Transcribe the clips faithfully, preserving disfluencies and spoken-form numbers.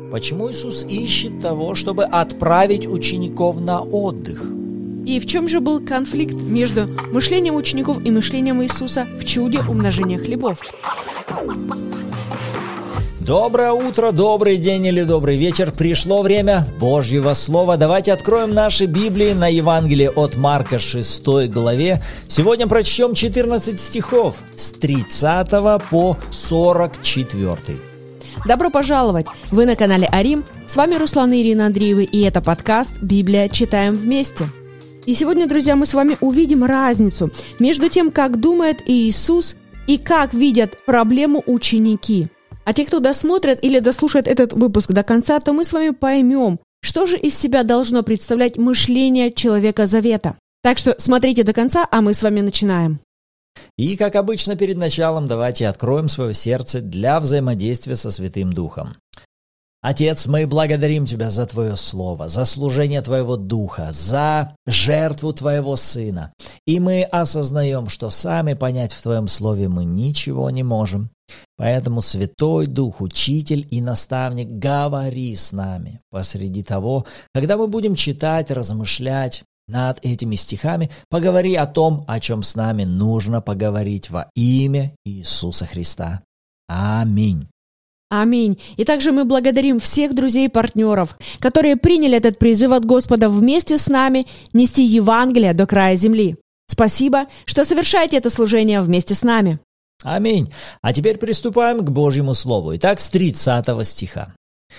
Почему Иисус ищет того, чтобы отправить учеников на отдых? И в чем же был конфликт между мышлением учеников и мышлением Иисуса в чуде умножения хлебов? Доброе утро, добрый день или добрый вечер. Пришло время Божьего Слова. Давайте откроем наши Библии на Евангелие от Марка, шестой главе. Сегодня прочтем четырнадцать стихов с тридцатого по сорок четвёртый. Добро пожаловать! Вы на канале Арим. С вами Руслан и Ирина Андреевы, и это подкаст «Библия. Читаем вместе». И сегодня, друзья, мы с вами увидим разницу между тем, как думает Иисус и как видят проблему ученики. А те, кто досмотрит или дослушает этот выпуск до конца, то мы с вами поймем, что же из себя должно представлять мышление человека завета. Так что смотрите до конца, а мы с вами начинаем. И, как обычно, перед началом давайте откроем свое сердце для взаимодействия со Святым Духом. Отец, мы благодарим Тебя за Твое Слово, за служение Твоего Духа, за жертву Твоего Сына. И мы осознаем, что сами понять в Твоем Слове мы ничего не можем. Поэтому Святой Дух, Учитель и Наставник, говори с нами посреди того, когда мы будем читать, размышлять над этими стихами, поговори о том, о чем с нами нужно поговорить во имя Иисуса Христа. Аминь. Аминь. И также мы благодарим всех друзей и партнеров, которые приняли этот призыв от Господа вместе с нами нести Евангелие до края земли. Спасибо, что совершаете это служение вместе с нами. Аминь. А теперь приступаем к Божьему Слову. Итак, с тридцатого стиха.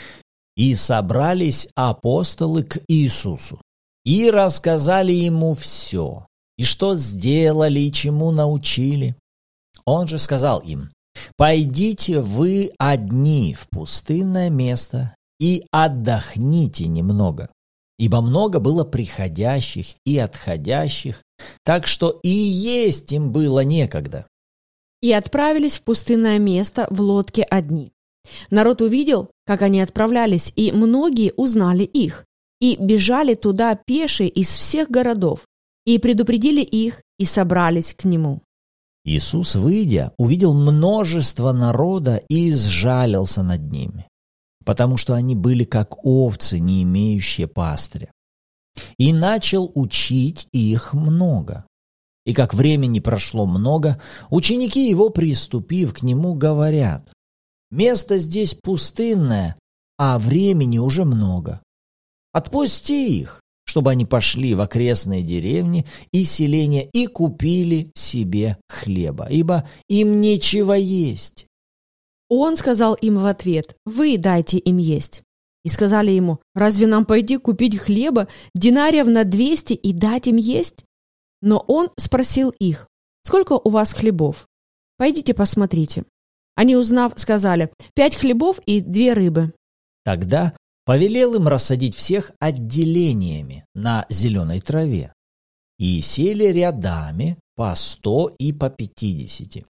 «И собрались апостолы к Иисусу, и рассказали Ему все, и что сделали, и чему научили. Он же сказал им: «Пойдите вы одни в пустынное место и отдохните немного, ибо много было приходящих и отходящих, так что и есть им было некогда». И отправились в пустынное место в лодке одни. Народ увидел, как они отправлялись, и многие узнали их, и бежали туда пешие из всех городов, и предупредили их, и собрались к нему. Иисус, выйдя, увидел множество народа и сжалился над ними, потому что они были как овцы, не имеющие пастыря. И начал учить их много. И как времени прошло много, ученики его, приступив к нему, говорят: «Место здесь пустынное, а времени уже много. Отпусти их, чтобы они пошли в окрестные деревни и селения и купили себе хлеба, ибо им нечего есть». Он сказал им в ответ: «Вы дайте им есть». И сказали ему: «Разве нам пойти купить хлеба динариев на двести и дать им есть?» Но он спросил их: «Сколько у вас хлебов? Пойдите посмотрите». Они, узнав, сказали: «Пять хлебов и две рыбы». Тогда повелел им рассадить всех отделениями на зеленой траве. И сели рядами по сто и по пятидесяти.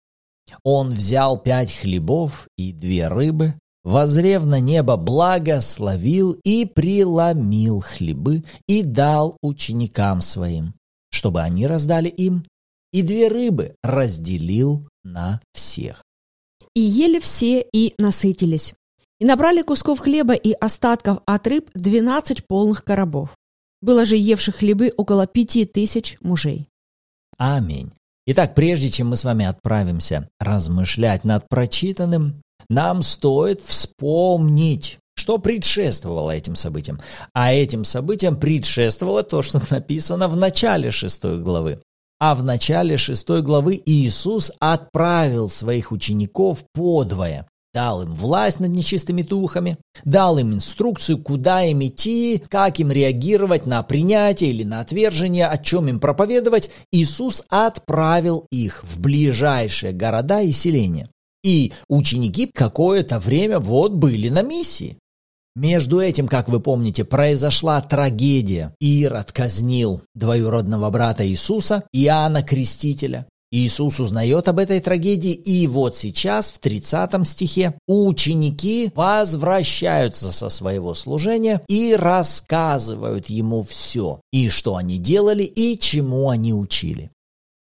Он взял пять хлебов и две рыбы, воззрев на небо, благословил и преломил хлебы и дал ученикам своим, чтобы они раздали им, и две рыбы разделил на всех. И ели все, и насытились. И набрали кусков хлеба и остатков от рыб двенадцать полных коробов. Было же евших хлебы около пяти тысяч мужей. Аминь. Итак, прежде чем мы с вами отправимся размышлять над прочитанным, нам стоит вспомнить, что предшествовало этим событиям. А этим событиям предшествовало то, что написано в начале шестой главы. А в начале шестой главы Иисус отправил своих учеников подвое. Дал им власть над нечистыми духами, дал им инструкцию, куда им идти, как им реагировать на принятие или на отвержение, о чем им проповедовать. Иисус отправил их в ближайшие города и селения. И ученики какое-то время вот были на миссии. Между этим, как вы помните, произошла трагедия. Ирод казнил двоюродного брата Иисуса, Иоанна Крестителя. Иисус узнает об этой трагедии, и вот сейчас, в тридцатом стихе, ученики возвращаются со своего служения и рассказывают ему все, и что они делали, и чему они учили.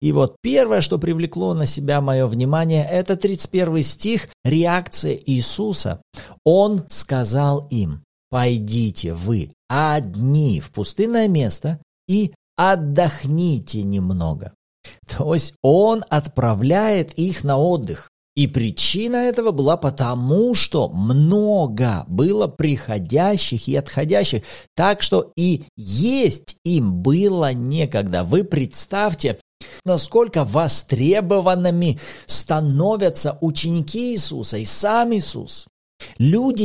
И вот первое, что привлекло на себя мое внимание, это тридцать первый стих, реакция Иисуса. Он сказал им: «Пойдите вы одни в пустынное место и отдохните немного». То есть Он отправляет их на отдых. И причина этого была потому, что много было приходящих и отходящих, так что и есть им было некогда. Вы представьте, насколько востребованными становятся ученики Иисуса и сам Иисус. Люди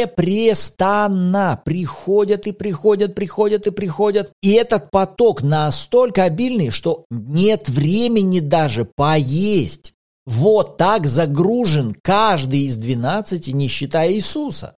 непрестанно приходят и приходят, приходят и приходят. И этот поток настолько обильный, что нет времени даже поесть. Вот так загружен каждый из двенадцати, не считая Иисуса.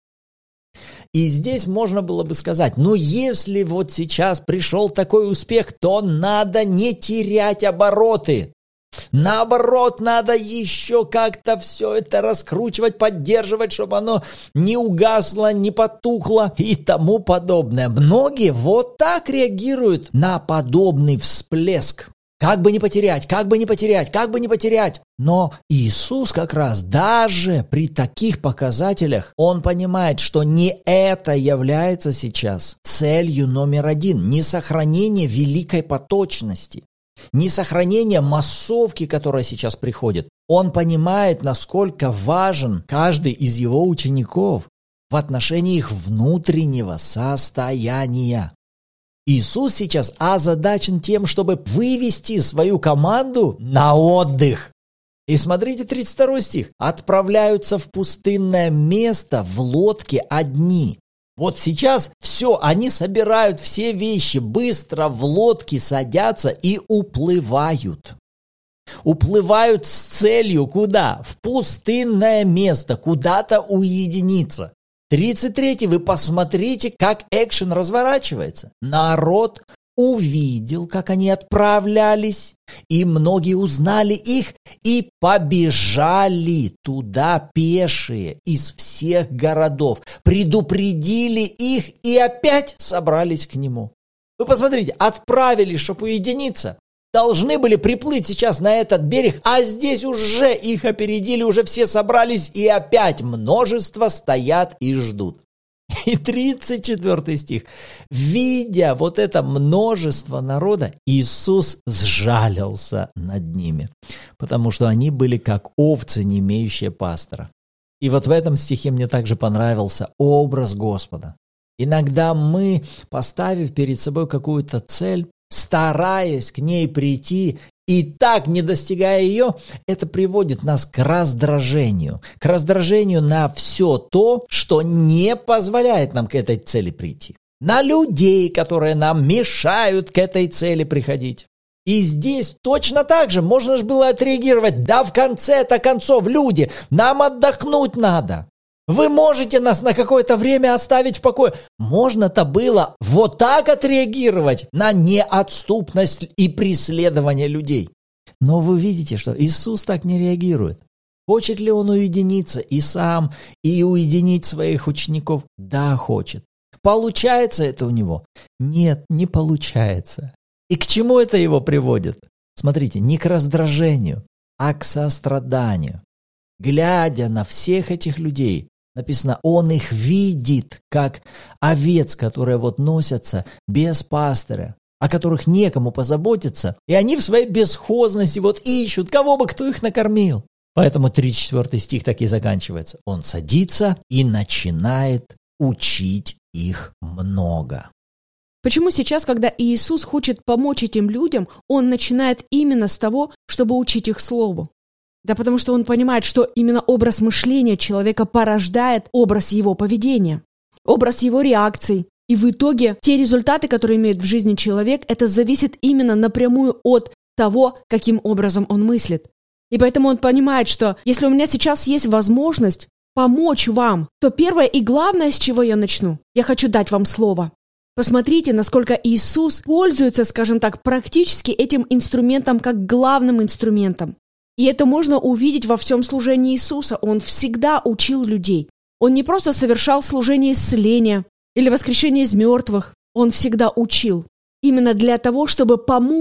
И здесь можно было бы сказать, ну если вот сейчас пришел такой успех, то надо не терять обороты. Наоборот, надо еще как-то все это раскручивать, поддерживать, чтобы оно не угасло, не потухло и тому подобное. Многие вот так реагируют на подобный всплеск. Как бы не потерять, как бы не потерять, как бы не потерять. Но Иисус как раз даже при таких показателях, Он понимает, что не это является сейчас целью номер один. Не сохранение великой поточности, не сохранение массовки, которая сейчас приходит. Он понимает, насколько важен каждый из Его учеников в отношении их внутреннего состояния. Иисус сейчас озадачен тем, чтобы вывести свою команду на отдых. И смотрите, тридцать второй стих. «Отправляются в пустынное место в лодке одни». Вот сейчас все, они собирают все вещи, быстро в лодке садятся и уплывают. Уплывают с целью куда? В пустынное место, куда-то уединиться. тридцать третий, вы посмотрите, как экшен разворачивается. Народ увидел, как они отправлялись, и многие узнали их и побежали туда пешие из всех городов, предупредили их и опять собрались к нему. Вы посмотрите, отправились, чтобы уединиться. Должны были приплыть сейчас на этот берег, а здесь уже их опередили, уже все собрались, и опять множество стоят и ждут. И тридцать четвёртый стих. Видя вот это множество народа, Иисус сжалился над ними, потому что они были как овцы, не имеющие пастора. И вот в этом стихе мне также понравился образ Господа. Иногда мы, поставив перед собой какую-то цель, стараясь к ней прийти и так не достигая ее, это приводит нас к раздражению. К раздражению на все то, что не позволяет нам к этой цели прийти. На людей, которые нам мешают к этой цели приходить. И здесь точно так же можно же было отреагировать. Да в конце-то концов, люди, нам отдохнуть надо. Вы можете нас на какое-то время оставить в покое. Можно-то было вот так отреагировать на неотступность и преследование людей. Но вы видите, что Иисус так не реагирует. Хочет ли Он уединиться и сам, и уединить своих учеников? Да, хочет. Получается это у Него? Нет, не получается. И к чему это Его приводит? Смотрите, не к раздражению, а к состраданию. Глядя на всех этих людей, написано, Он их видит, как овец, которые вот носятся без пастыря, о которых некому позаботиться, и они в своей бесхозности вот ищут, кого бы кто их накормил. Поэтому тридцать четвёртый стих так и заканчивается. Он садится и начинает учить их много. Почему сейчас, когда Иисус хочет помочь этим людям, Он начинает именно с того, чтобы учить их Слову? Да потому что Он понимает, что именно образ мышления человека порождает образ его поведения, образ его реакций. И в итоге те результаты, которые имеет в жизни человек, это зависит именно напрямую от того, каким образом он мыслит. И поэтому он понимает, что если у меня сейчас есть возможность помочь вам, то первое и главное, с чего я начну, я хочу дать вам слово. Посмотрите, насколько Иисус пользуется, скажем так, практически этим инструментом как главным инструментом. И это можно увидеть во всем служении Иисуса. Он всегда учил людей. Он не просто совершал служение исцеления или воскрешение из мертвых. Он всегда учил. Именно для того, чтобы помочь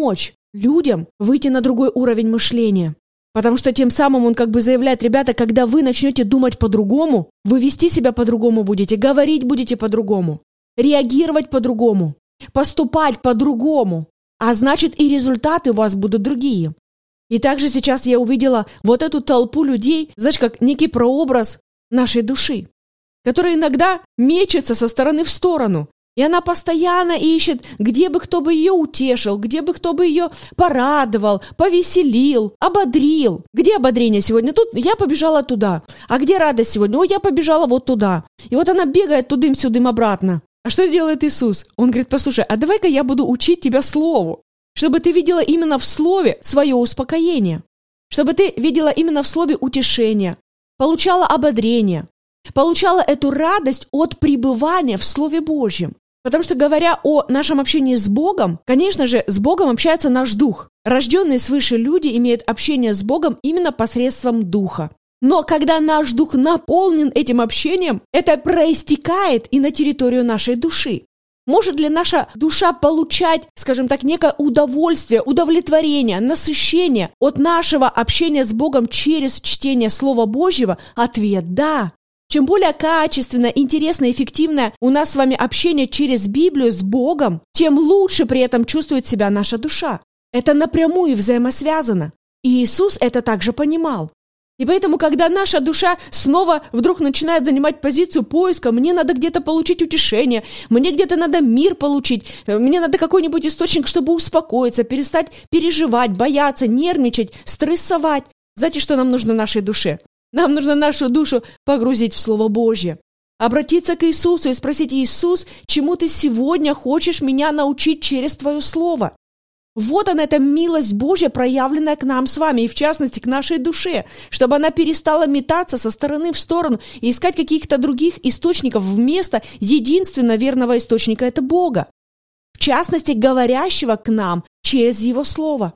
людям выйти на другой уровень мышления. Потому что тем самым он как бы заявляет: ребята, когда вы начнете думать по-другому, вы вести себя по-другому будете, говорить будете по-другому, реагировать по-другому, поступать по-другому, а значит и результаты у вас будут другие. И также сейчас я увидела вот эту толпу людей, знаешь, как некий прообраз нашей души, которая иногда мечется со стороны в сторону. И она постоянно ищет, где бы кто бы ее утешил, где бы кто бы ее порадовал, повеселил, ободрил. Где ободрение сегодня? Тут я побежала туда. А где радость сегодня? Ой, я побежала вот туда. И вот она бегает тудым-сюдым обратно. А что делает Иисус? Он говорит: послушай, а давай-ка я буду учить тебя слову, чтобы ты видела именно в слове свое успокоение, чтобы ты видела именно в слове утешение, получала ободрение, получала эту радость от пребывания в Слове Божьем. Потому что, говоря о нашем общении с Богом, конечно же, с Богом общается наш дух. Рожденные свыше люди имеют общение с Богом именно посредством духа. Но когда наш дух наполнен этим общением, это проистекает и на территорию нашей души. Может ли наша душа получать, скажем так, некое удовольствие, удовлетворение, насыщение от нашего общения с Богом через чтение Слова Божьего? Ответ – да. Чем более качественное, интересное, эффективное у нас с вами общение через Библию с Богом, тем лучше при этом чувствует себя наша душа. Это напрямую взаимосвязано. И Иисус это также понимал. И поэтому, когда наша душа снова вдруг начинает занимать позицию поиска, мне надо где-то получить утешение, мне где-то надо мир получить, мне надо какой-нибудь источник, чтобы успокоиться, перестать переживать, бояться, нервничать, стрессовать. Знаете, что нам нужно нашей душе? Нам нужно нашу душу погрузить в Слово Божье, обратиться к Иисусу и спросить: Иисус, чему Ты сегодня хочешь меня научить через Твое Слово? Вот она, эта милость Божья, проявленная к нам с вами, и в частности к нашей душе, чтобы она перестала метаться со стороны в сторону и искать каких-то других источников вместо единственно верного источника – это Бога. В частности, говорящего к нам через Его Слово.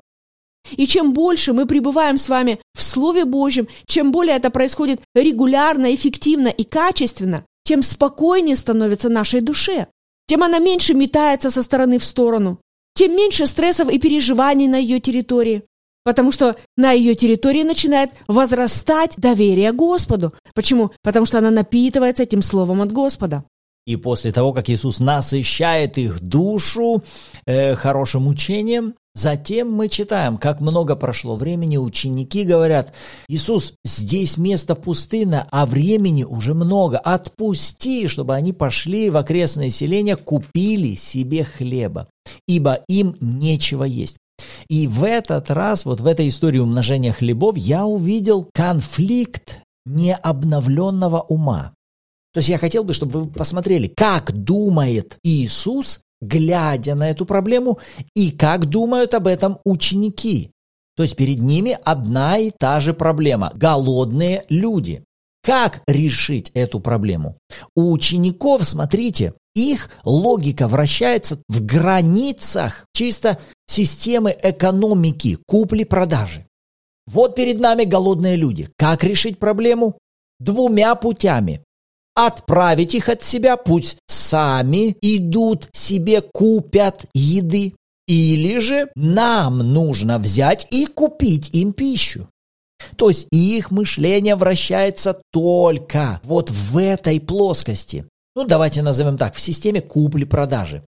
И чем больше мы пребываем с вами в Слове Божьем, чем более это происходит регулярно, эффективно и качественно, тем спокойнее становится нашей душе, тем она меньше метается со стороны в сторону, тем меньше стрессов и переживаний на ее территории, потому что на ее территории начинает возрастать доверие Господу. Почему? Потому что она напитывается этим Словом от Господа. И после того, как Иисус насыщает их душу э, хорошим учением, затем мы читаем, как много прошло времени, ученики говорят: Иисус, здесь место пустынно, а времени уже много, отпусти, чтобы они пошли в окрестные селения, купили себе хлеба, ибо им нечего есть. И в этот раз, вот в этой истории умножения хлебов, я увидел конфликт необновленного ума. То есть я хотел бы, чтобы вы посмотрели, как думает Иисус, глядя на эту проблему, и как думают об этом ученики. То есть перед ними одна и та же проблема – голодные люди. Как решить эту проблему? У учеников, смотрите, их логика вращается в границах чисто системы экономики, купли-продажи. Вот перед нами голодные люди. Как решить проблему? Двумя путями. Отправить их от себя, пусть сами идут себе купят еды. Или же нам нужно взять и купить им пищу. То есть их мышление вращается только вот в этой плоскости. Ну, давайте назовем так, в системе купли-продажи.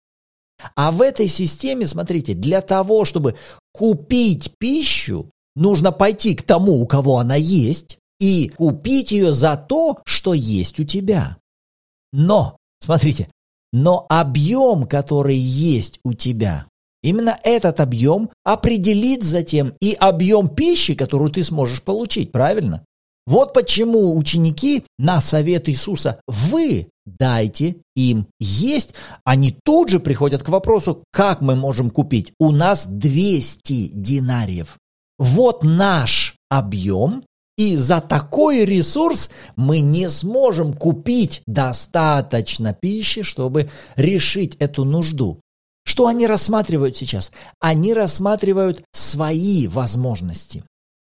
А в этой системе, смотрите, для того, чтобы купить пищу, нужно пойти к тому, у кого она есть, и купить ее за то, что есть у тебя. Но, смотрите, но объем, который есть у тебя, именно этот объем определит затем и объем пищи, которую ты сможешь получить, правильно? Вот почему ученики на совет Иисуса «вы дайте им есть», они тут же приходят к вопросу, как мы можем купить? У нас двести динариев. Вот наш объем, и за такой ресурс мы не сможем купить достаточно пищи, чтобы решить эту нужду. Что они рассматривают сейчас? Они рассматривают свои возможности.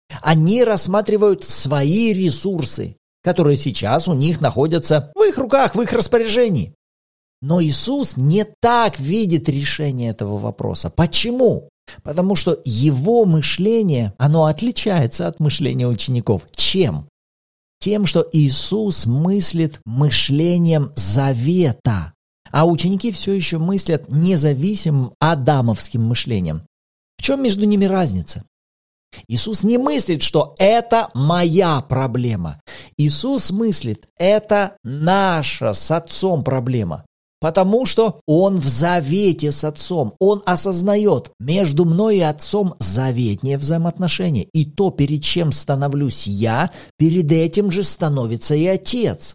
Они рассматривают свои ресурсы, которые сейчас у них находятся в их руках, в их распоряжении. Но Иисус не так видит решение этого вопроса. Почему? Потому что его мышление, оно отличается от мышления учеников. Чем? Тем, что Иисус мыслит мышлением завета, а ученики все еще мыслят независимым адамовским мышлением. В чем между ними разница? Иисус не мыслит, что это моя проблема. Иисус мыслит, это наша с Отцом проблема. Потому что Он в завете с Отцом. Он осознает, между мной и Отцом заветнее взаимоотношения. И то, перед чем становлюсь я, перед этим же становится и Отец.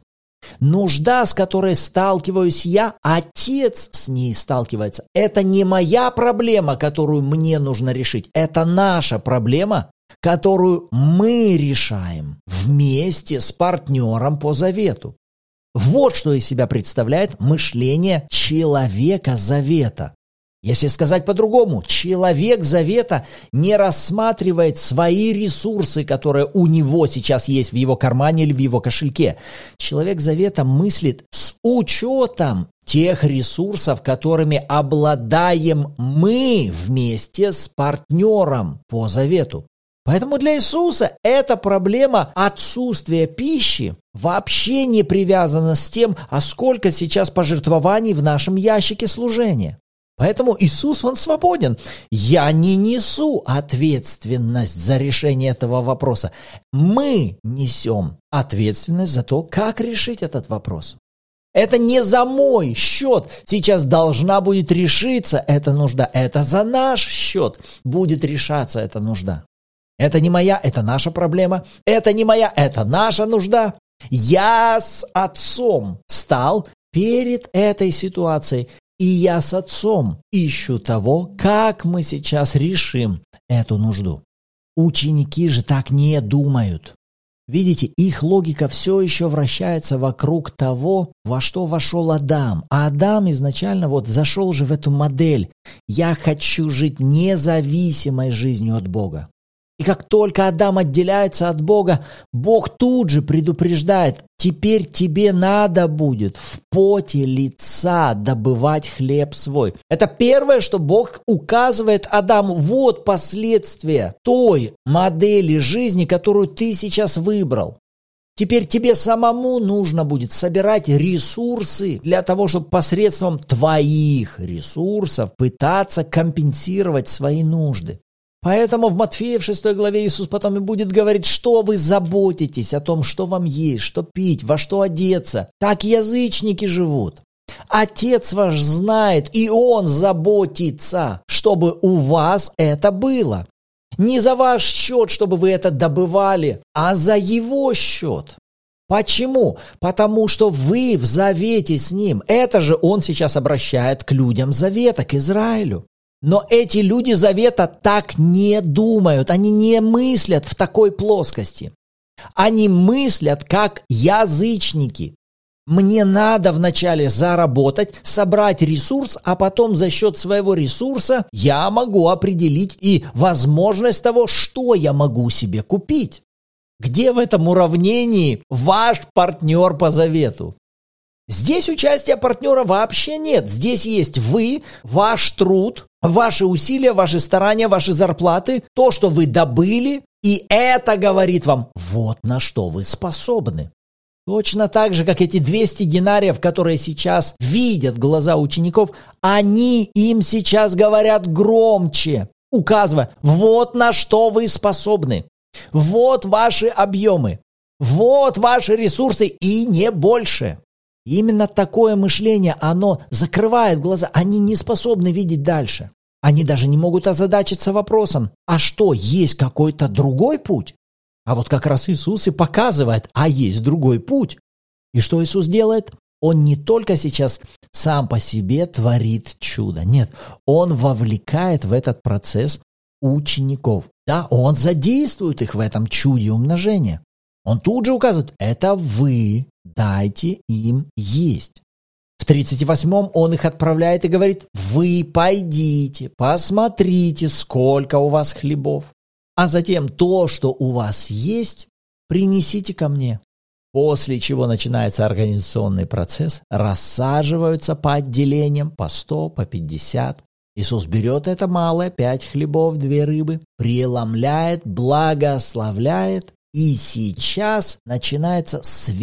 Нужда, с которой сталкиваюсь я, Отец с ней сталкивается. Это не моя проблема, которую мне нужно решить. Это наша проблема, которую мы решаем вместе с партнером по завету. Вот что из себя представляет мышление человека завета. Если сказать по-другому, человек завета не рассматривает свои ресурсы, которые у него сейчас есть в его кармане или в его кошельке. Человек завета мыслит с учетом тех ресурсов, которыми обладаем мы вместе с партнером по завету. Поэтому для Иисуса эта проблема отсутствия пищи вообще не привязана с тем, а сколько сейчас пожертвований в нашем ящике служения. Поэтому Иисус, Он свободен. Я не несу ответственность за решение этого вопроса. Мы несем ответственность за то, как решить этот вопрос. Это не за мой счет сейчас должна будет решиться эта нужда. Это за наш счет будет решаться эта нужда. Это не моя, это наша проблема. Это не моя, это наша нужда. Я с Отцом стал перед этой ситуацией. И я с Отцом ищу того, как мы сейчас решим эту нужду. Ученики же так не думают. Видите, их логика все еще вращается вокруг того, во что вошел Адам. А Адам изначально вот зашел же в эту модель. Я хочу жить независимой жизнью от Бога. И как только Адам отделяется от Бога, Бог тут же предупреждает: теперь тебе надо будет в поте лица добывать хлеб свой. Это первое, что Бог указывает Адаму. Вот последствия той модели жизни, которую ты сейчас выбрал. Теперь тебе самому нужно будет собирать ресурсы для того, чтобы посредством твоих ресурсов пытаться компенсировать свои нужды. Поэтому в Матфея в шестой главе Иисус потом и будет говорить, что вы заботитесь о том, что вам есть, что пить, во что одеться. Так язычники живут. Отец ваш знает, и Он заботится, чтобы у вас это было. Не за ваш счет, чтобы вы это добывали, а за Его счет. Почему? Потому что вы в завете с Ним. Это же Он сейчас обращает к людям завета, к Израилю. Но эти люди завета так не думают, они не мыслят в такой плоскости. Они мыслят как язычники. Мне надо вначале заработать, собрать ресурс, а потом за счет своего ресурса я могу определить и возможность того, что я могу себе купить. Где в этом уравнении ваш партнер по завету? Здесь участия партнера вообще нет. Здесь есть вы, ваш труд, ваши усилия, ваши старания, ваши зарплаты, то, что вы добыли, и это говорит вам, вот на что вы способны. Точно так же, как эти двести динариев, которые сейчас видят глаза учеников, они им сейчас говорят громче, указывая, вот на что вы способны, вот ваши объемы, вот ваши ресурсы и не больше. Именно такое мышление, оно закрывает глаза, они не способны видеть дальше. Они даже не могут озадачиться вопросом, а что, есть какой-то другой путь? А вот как раз Иисус и показывает, а есть другой путь. И что Иисус делает? Он не только сейчас сам по себе творит чудо. Нет, Он вовлекает в этот процесс учеников. Да, Он задействует их в этом чуде умножения. Он тут же указывает, это вы дайте им есть. В тридцать восьмом он их отправляет и говорит, вы пойдите, посмотрите, сколько у вас хлебов. А затем то, что у вас есть, принесите ко мне. После чего начинается организационный процесс, рассаживаются по отделениям, по сто, по пятьдесят. Иисус берет это малое, пять хлебов, две рыбы, преломляет, благословляет, и сейчас начинается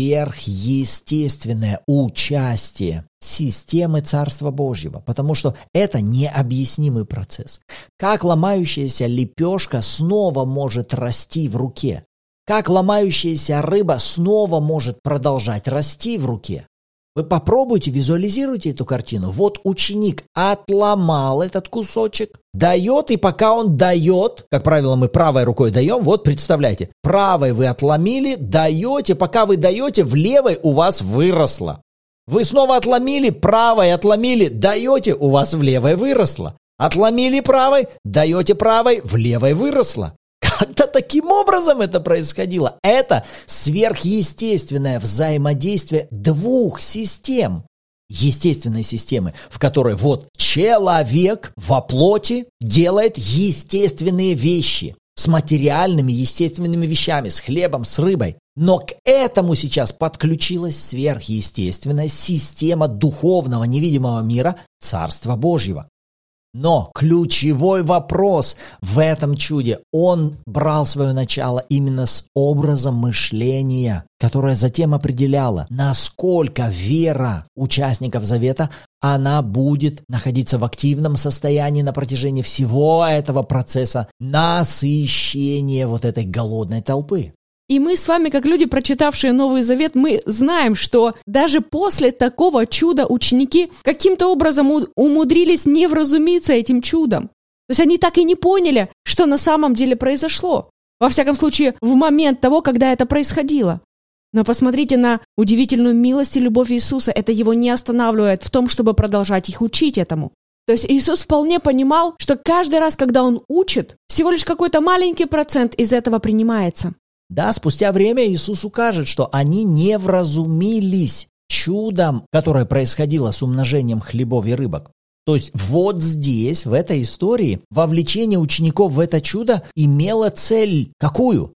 сверхъестественное участие системы Царства Божьего, потому что это необъяснимый процесс. Как ломающаяся лепешка снова может расти в руке? Как ломающаяся рыба снова может продолжать расти в руке? Вы попробуйте, визуализируйте эту картину. Вот ученик отломал этот кусочек, дает, и пока он дает, как правило, мы правой рукой даем, вот представляете, правой вы отломили, даете, пока вы даете, в левой у вас выросло. Вы снова отломили, правой отломили, даете, у вас в левой выросло. Отломили правой, даете правой, в левой выросло. Как-то таким образом это происходило. Это сверхъестественное взаимодействие двух систем. Естественной системы, в которой вот человек во плоти делает естественные вещи с материальными естественными вещами, с хлебом, с рыбой. Но к этому сейчас подключилась сверхъестественная система духовного невидимого мира Царства Божьего. Но ключевой вопрос в этом чуде, он брал свое начало именно с образом мышления, которое затем определяло, насколько вера участников завета, она будет находиться в активном состоянии на протяжении всего этого процесса насыщения вот этой голодной толпы. И мы с вами, как люди, прочитавшие Новый Завет, мы знаем, что даже после такого чуда ученики каким-то образом умудрились не вразумиться этим чудом. То есть они так и не поняли, что на самом деле произошло. Во всяком случае, в момент того, когда это происходило. Но посмотрите на удивительную милость и любовь Иисуса. Это его не останавливает в том, чтобы продолжать их учить этому. То есть Иисус вполне понимал, что каждый раз, когда Он учит, всего лишь какой-то маленький процент из этого принимается. Да, спустя время Иисус укажет, что они не вразумились чудом, которое происходило с умножением хлебов и рыбок. То есть вот здесь, в этой истории, вовлечение учеников в это чудо имело цель какую?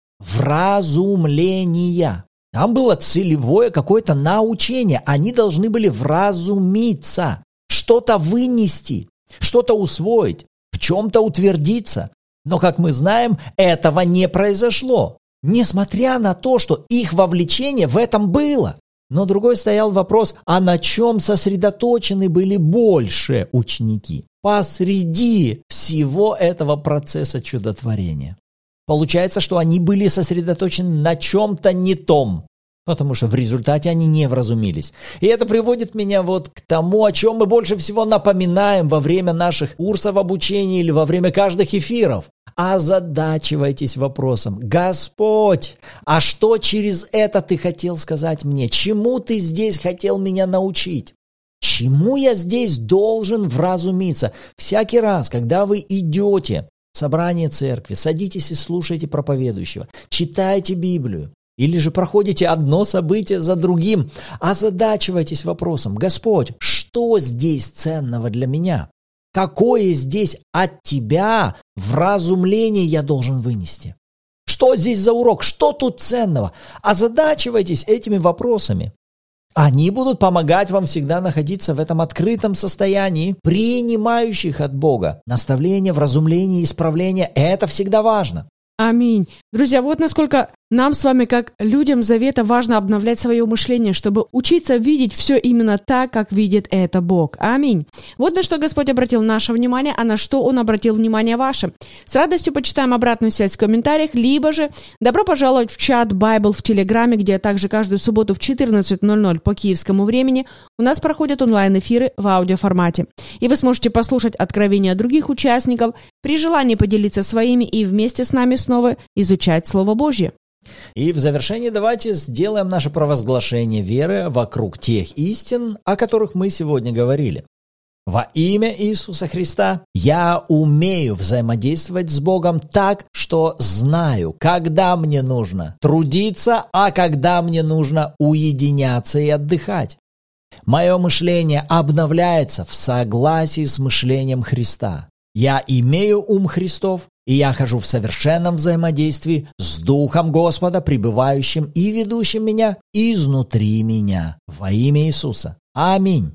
Вразумление. Там было целевое какое-то научение. Они должны были вразумиться, что-то вынести, что-то усвоить, в чем-то утвердиться. Но, как мы знаем, этого не произошло. Несмотря на то, что их вовлечение в этом было. Но другой стоял вопрос, а на чем сосредоточены были больше ученики? Посреди всего этого процесса чудотворения. Получается, что они были сосредоточены на чем-то не том, потому что в результате они не вразумились. И это приводит меня вот к тому, о чем мы больше всего напоминаем во время наших курсов обучения или во время каждых эфиров. Озадачивайтесь вопросом: Господь, а что через это Ты хотел сказать мне? Чему Ты здесь хотел меня научить? Чему я здесь должен вразумиться? Всякий раз, когда вы идете в собрание церкви, садитесь и слушаете проповедующего, читайте Библию, или же проходите одно событие за другим, озадачивайтесь вопросом: Господь, что здесь ценного для меня? Какое здесь от Тебя вразумление я должен вынести? Что здесь за урок? Что тут ценного? Озадачивайтесь этими вопросами. Они будут помогать вам всегда находиться в этом открытом состоянии, принимающих от Бога наставления, вразумления, исправления. Это всегда важно. Аминь. Друзья, вот насколько нам с вами, как людям Завета, важно обновлять свое мышление, чтобы учиться видеть все именно так, как видит это Бог. Аминь. Вот на что Господь обратил наше внимание, а на что Он обратил внимание ваше. С радостью почитаем обратную связь в комментариях, либо же добро пожаловать в чат Bible в Телеграме, где также каждую субботу в четырнадцать ноль ноль по киевскому времени у нас проходят онлайн-эфиры в аудиоформате. И вы сможете послушать откровения других участников, при желании поделиться своими и вместе с нами снова изучать Слово Божье. И в завершении давайте сделаем наше провозглашение веры вокруг тех истин, о которых мы сегодня говорили. Во имя Иисуса Христа я умею взаимодействовать с Богом так, что знаю, когда мне нужно трудиться, а когда мне нужно уединяться и отдыхать. Мое мышление обновляется в согласии с мышлением Христа. Я имею ум Христов, и я хожу в совершенном взаимодействии с Духом Господа, пребывающим и ведущим меня изнутри меня. Во имя Иисуса. Аминь.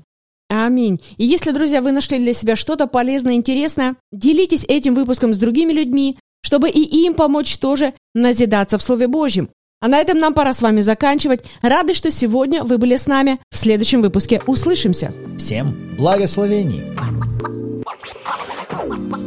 Аминь. И если, друзья, вы нашли для себя что-то полезное, интересное, делитесь этим выпуском с другими людьми, чтобы и им помочь тоже назидаться в Слове Божьем. А на этом нам пора с вами заканчивать. Рады, что сегодня вы были с нами. В следующем выпуске услышимся. Всем благословений!